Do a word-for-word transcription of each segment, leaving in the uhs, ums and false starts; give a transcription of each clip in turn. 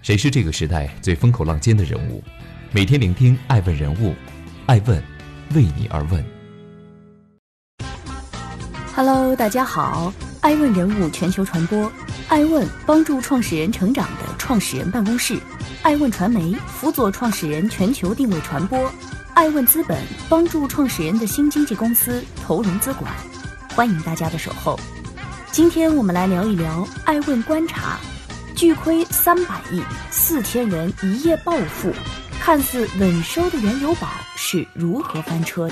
谁是这个时代最风口浪尖的人物？每天聆听爱问人物，爱问为你而问。 Hello， 大家好，爱问人物全球传播，爱问帮助创始人成长的创始人办公室，爱问传媒辅佐创始人全球定位传播，爱问资本帮助创始人的新经纪公司投融资管。欢迎大家的守候。今天我们来聊一聊爱问观察，巨亏三百亿，四千人一夜暴富，看似稳收的原油宝是如何翻车的？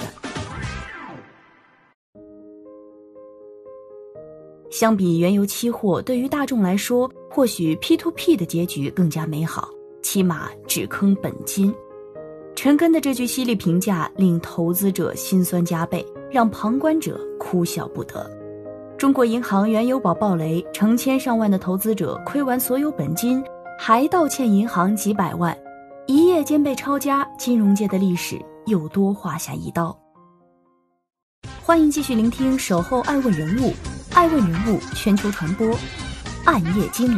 相比原油期货，对于大众来说，或许 P to P 的结局更加美好，起码只坑本金。陈根的这句犀利评价令投资者心酸加倍，让旁观者哭笑不得。中国银行原油宝暴雷，成千上万的投资者亏完所有本金，还倒欠银行几百万，一夜间被抄家，金融界的历史又多划下一刀。欢迎继续聆听守候爱问人物，爱问人物全球传播，暗夜惊雷。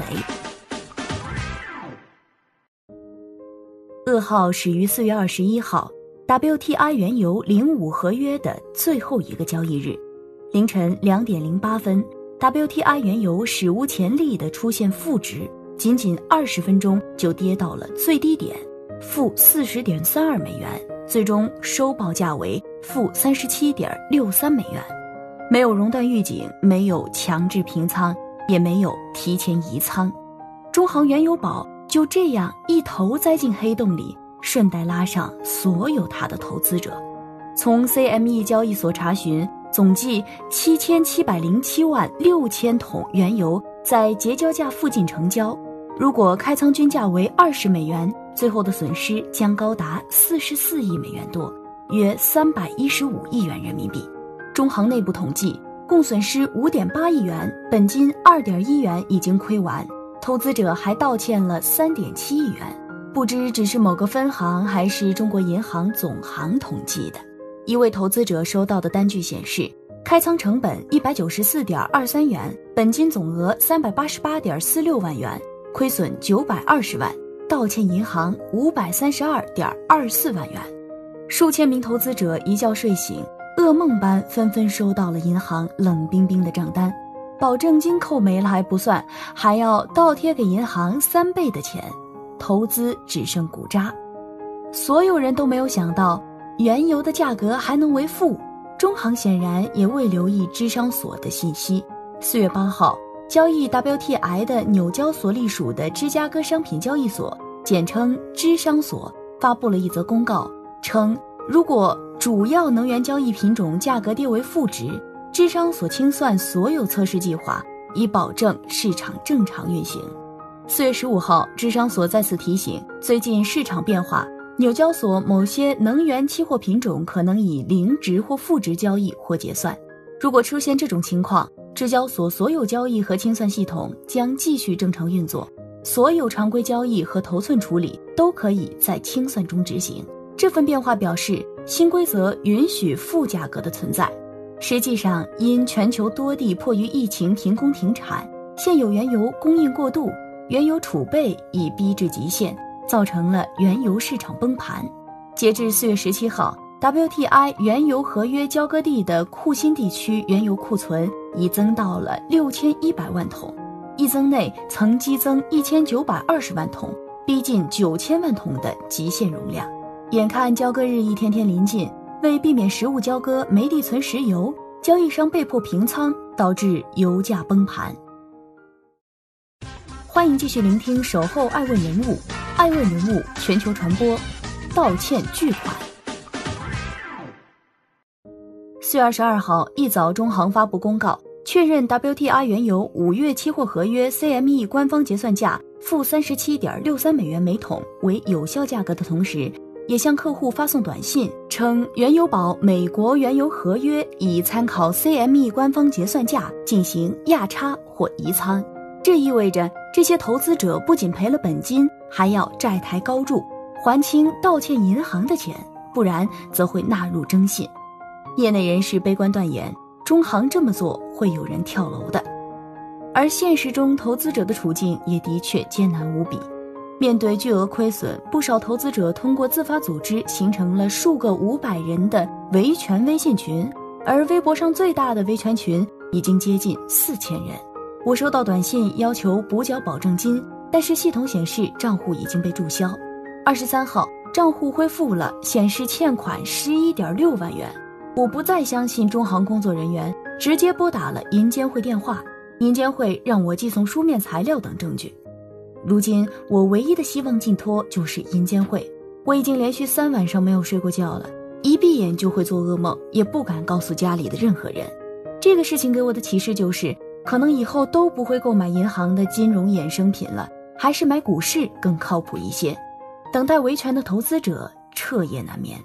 噩耗始于四月二十一号 W T I 原油零五合约的最后一个交易日，凌晨两点零八分 W T I 原油史无前例地出现负值，仅仅二十分钟就跌到了最低点负四十点三二美元，最终收报价为负三十七点六三美元。没有熔断预警，没有强制平仓，也没有提前移仓，中航原油宝就这样一头栽进黑洞里，顺带拉上所有他的投资者。从 C M E 交易所查询，总计七千七百零七万六千桶原油在结交价附近成交，如果开仓均价为二十美元，最后的损失将高达四十四亿美元多，约三百一十五亿元人民币。中航内部统计，共损失 五点八亿元，本金 二点一元已经亏完，投资者还倒欠了 三点七亿元，不知只是某个分行还是中国银行总行统计的。一位投资者收到的单据显示，开仓成本 一百九十四点二三元，本金总额 三百八十八点四六万元，亏损九百二十万，倒欠银行 五百三十二点二四万元。数千名投资者一觉睡醒，噩梦般纷纷收到了银行冷冰冰的账单，保证金扣没了还不算，还要倒贴给银行三倍的钱，投资只剩骨渣。所有人都没有想到原油的价格还能为负，中航显然也未留意芝商所的信息。四月八号，交易 W T I 的纽交所隶属的芝加哥商品交易所，简称芝商所，发布了一则公告，称如果主要能源交易品种价格跌为负值，芝商所清算所有测试计划，以保证市场正常运行。四月十五号，芝商所再次提醒，最近市场变化，纽交所某些能源期货品种可能以零值或负值交易或结算。如果出现这种情况，芝交所所有交易和清算系统将继续正常运作，所有常规交易和头寸处理都可以在清算中执行。这份变化表示，新规则允许负价格的存在。实际上，因全球多地迫于疫情停工停产，现有原油供应过度，原油储备已逼至极限，造成了原油市场崩盘。截至四月十七号 W T I 原油合约交割地的库欣地区原油库存已增到了六千一百万桶，一增内曾激增一千九百二十万桶，逼近九千万桶的极限容量。眼看交割日一天天临近，为避免实物交割没地存石油，交易商被迫平仓，导致油价崩盘。欢迎继续聆听守候爱问人物，爱问人物全球传播，倒欠巨款。四月二十二号一早，中航发布公告，确认 W T I 原油五月期货合约 C M E 官方结算价负三十七点六三美元每桶为有效价格的同时，也向客户发送短信称，原油宝美国原油合约已参考 C M E 官方结算价进行压差或移仓。这意味着这些投资者不仅赔了本金，还要债台高筑，还清倒欠银行的钱，不然则会纳入征信。业内人士悲观断言，中航这么做会有人跳楼的。而现实中投资者的处境也的确艰难无比。 面对巨额亏损，不少投资者通过自发组织形成了数个五百人的维权微信群，而微博上最大的维权群已经接近四千人。我收到短信要求补缴保证金，但是系统显示账户已经被注销。二十三号，账户恢复了，显示欠款十一点六万元。我不再相信中行工作人员，直接拨打了银监会电话，银监会让我寄送书面材料等证据。如今我唯一的希望寄托就是银监会，我已经连续三晚上没有睡过觉了，一闭眼就会做噩梦，也不敢告诉家里的任何人。这个事情给我的启示就是，可能以后都不会购买银行的金融衍生品了，还是买股市更靠谱一些。等待维权的投资者彻夜难眠。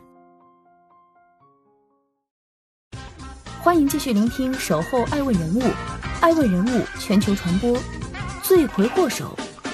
欢迎继续聆听《守候爱问人物》，爱问人物全球传播，罪魁祸首。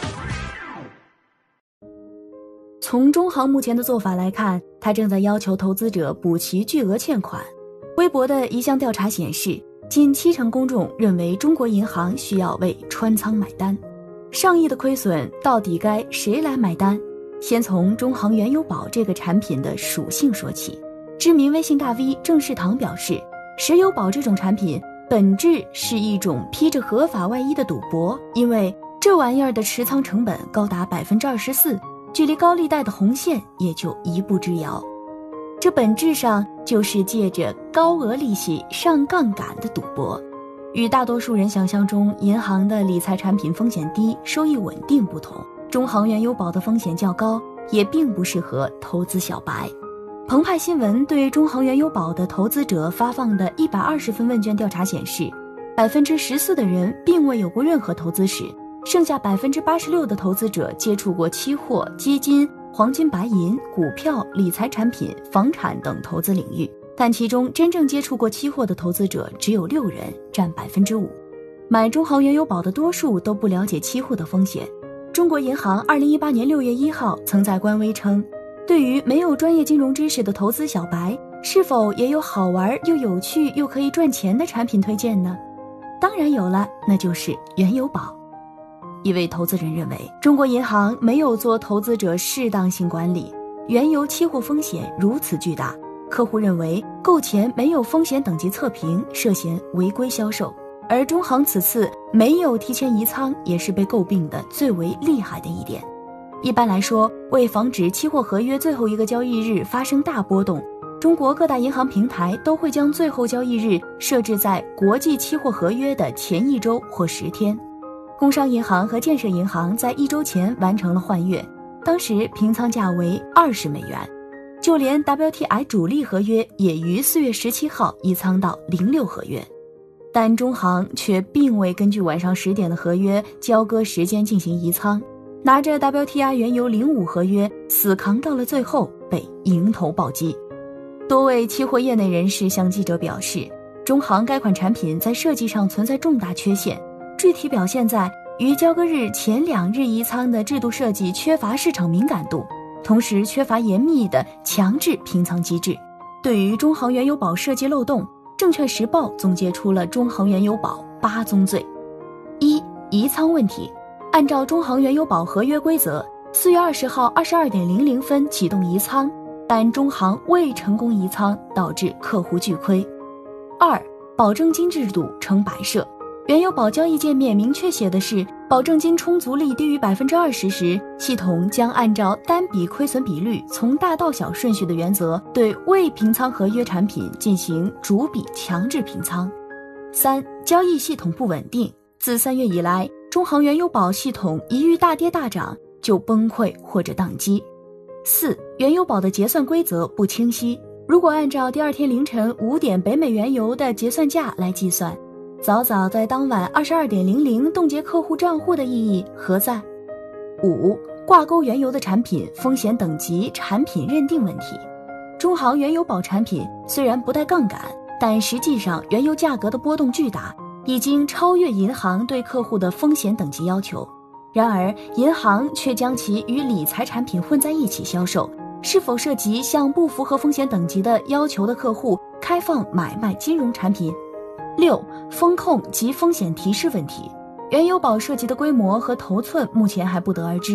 从中行目前的做法来看，他正在要求投资者补齐巨额欠款。微博的一项调查显示，近七成公众认为中国银行需要为穿仓买单。上亿的亏损到底该谁来买单？先从中行原油宝这个产品的属性说起。知名微信大 V 郑世堂表示，石油宝这种产品本质是一种披着合法外衣的赌博，因为这玩意儿的持仓成本高达 百分之二十四， 距离高利贷的红线也就一步之遥。这本质上就是借着高额利息上杠杆的赌博。与大多数人想象中银行的理财产品风险低、收益稳定不同，中行原油宝的风险较高，也并不适合投资小白。澎湃新闻对中行原油宝的投资者发放的一百二十份问卷调查显示， 百分之十四 的人并未有过任何投资史，剩下 百分之八十六 的投资者接触过期货、基金、黄金、白银、股票、理财产品、房产等投资领域，但其中真正接触过期货的投资者只有六人，占 百分之五。 买中行原油宝的多数都不了解期货的风险。中国银行二零一八年六月一号曾在官微称，对于没有专业金融知识的投资小白，是否也有好玩又有趣又可以赚钱的产品推荐呢？当然有了，那就是原油宝。一位投资人认为，中国银行没有做投资者适当性管理，原油期货风险如此巨大，客户认为购前没有风险等级测评，涉嫌违规销售。而中行此次没有提前移仓，也是被诟病的最为厉害的一点。一般来说，为防止期货合约最后一个交易日发生大波动，中国各大银行平台都会将最后交易日设置在国际期货合约的前一周或十天。工商银行和建设银行在一周前完成了换月，当时平仓价为二十美元。就连 W T I 主力合约也于四月十七号移仓到零六合约，但中行却并未根据晚上十点的合约交割时间进行移仓，拿着 W T I 原油零五合约死扛到了最后，被迎头暴击。多位期货业内人士向记者表示，中行该款产品在设计上存在重大缺陷，具体表现在于交割日前两日移仓的制度设计缺乏市场敏感度，同时缺乏严密的强制平仓机制。对于中行原油宝设计漏洞，证券时报总结出了中行原油宝八宗罪。一、移仓问题。按照中行原油宝合约规则，四月二十号二十二点零零分启动移仓，但中行未成功移仓，导致客户巨亏。二、保证金制度成摆设。原油宝交易界面明确写的是，保证金充足率低于 百分之二十 时，系统将按照单笔亏损比率从大到小顺序的原则，对未平仓合约产品进行逐笔强制平仓。三、交易系统不稳定。自三月以来，中行原油宝系统一遇大跌大涨就崩溃或者宕机。四、原油宝的结算规则不清晰。如果按照第二天凌晨五点北美原油的结算价来计算，早早在当晚二十二点零零冻结客户账户的意义何在？五、挂钩原油的产品风险等级产品认定问题。中行原油宝产品虽然不带杠杆，但实际上原油价格的波动巨大，已经超越银行对客户的风险等级要求。然而银行却将其与理财产品混在一起销售，是否涉及向不符合风险等级的要求的客户开放买卖金融产品？六、风控及风险提示问题。原油宝涉及的规模和头寸目前还不得而知，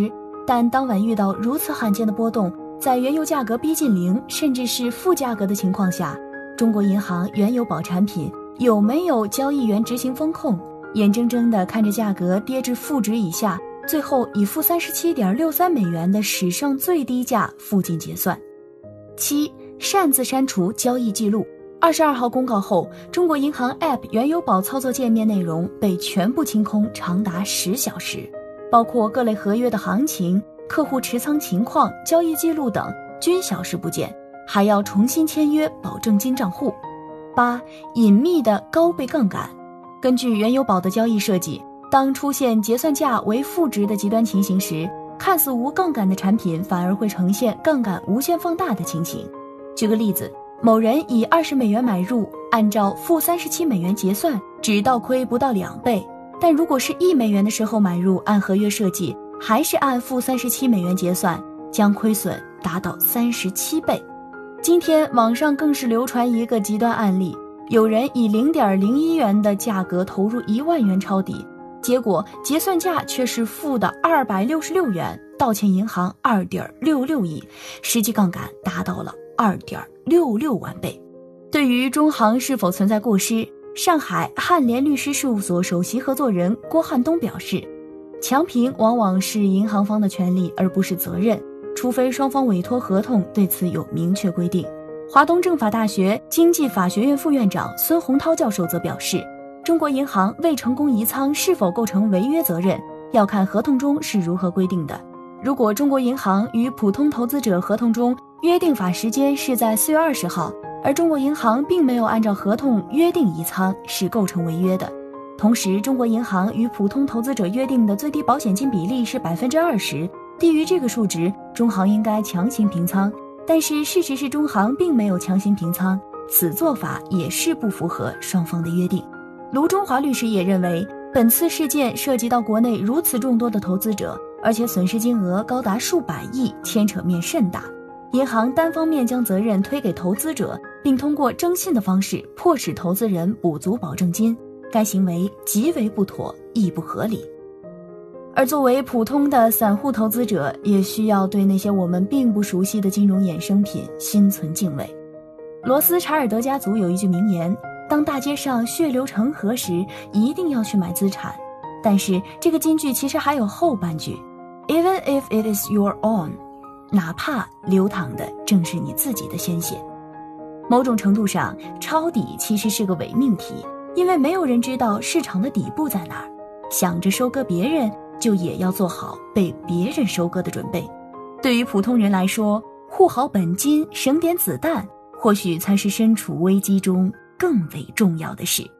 但当晚遇到如此罕见的波动，在原油价格逼近零甚至是负价格的情况下，中国银行原油宝产品有没有交易员执行风控，眼睁睁地看着价格跌至负值以下，最后以负三十七点六三美元的史上最低价附近结算。七、擅自删除交易记录。二十二号公告后，中国银行 App 原油宝操作界面内容被全部清空长达十小时，包括各类合约的行情、客户持仓情况、交易记录等均消失不见，还要重新签约保证金账户。八、隐秘的高倍杠杆。根据原油宝的交易设计，当出现结算价为负值的极端情形时，看似无杠杆的产品反而会呈现杠杆无限放大的情形。举个例子，某人以二十美元买入，按照负三十七美元结算，只倒亏不到两倍。但如果是一美元的时候买入，按合约设计，还是按负三十七美元结算，将亏损达到三十七倍。今天网上更是流传一个极端案例，有人以零点零一元的价格投入一万元抄底，结果结算价却是负的二百六十六元，倒欠银行二点六六亿，实际杠杆达到了二点六六万倍。对于中行是否存在过失，上海汉联律师事务所首席合作人郭汉东表示，强平往往是银行方的权利而不是责任，除非双方委托合同对此有明确规定。华东政法大学经济法学院副院长孙洪涛教授则表示，中国银行未成功移仓是否构成违约责任，要看合同中是如何规定的。如果中国银行与普通投资者合同中约定法时间是在四月二十号，而中国银行并没有按照合同约定移仓，是构成违约的。同时，中国银行与普通投资者约定的最低保险金比例是百分之二十，低于这个数值，中行应该强行平仓。但是事实是，中行并没有强行平仓，此做法也是不符合双方的约定。卢中华律师也认为，本次事件涉及到国内如此众多的投资者，而且损失金额高达数百亿，牵扯面甚大。银行单方面将责任推给投资者，并通过征信的方式迫使投资人补足保证金，该行为极为不妥，亦不合理。而作为普通的散户投资者，也需要对那些我们并不熟悉的金融衍生品心存敬畏。罗斯查尔德家族有一句名言，当大街上血流成河时，一定要去买资产。但是这个金句其实还有后半句， Even if it is your own， 哪怕流淌的正是你自己的鲜血。某种程度上，抄底其实是个伪命题，因为没有人知道市场的底部在哪儿，想着收割别人，就也要做好被别人收割的准备。对于普通人来说，护好本金，省点子弹，或许才是身处危机中更为重要的事。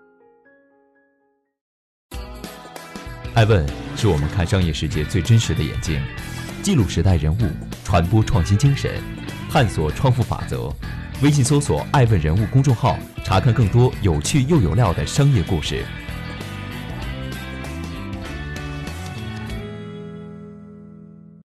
艾问是我们看商业世界最真实的眼睛，记录时代人物，传播创新精神，探索创富法则。微信搜索艾问人物公众号，查看更多有趣又有料的商业故事。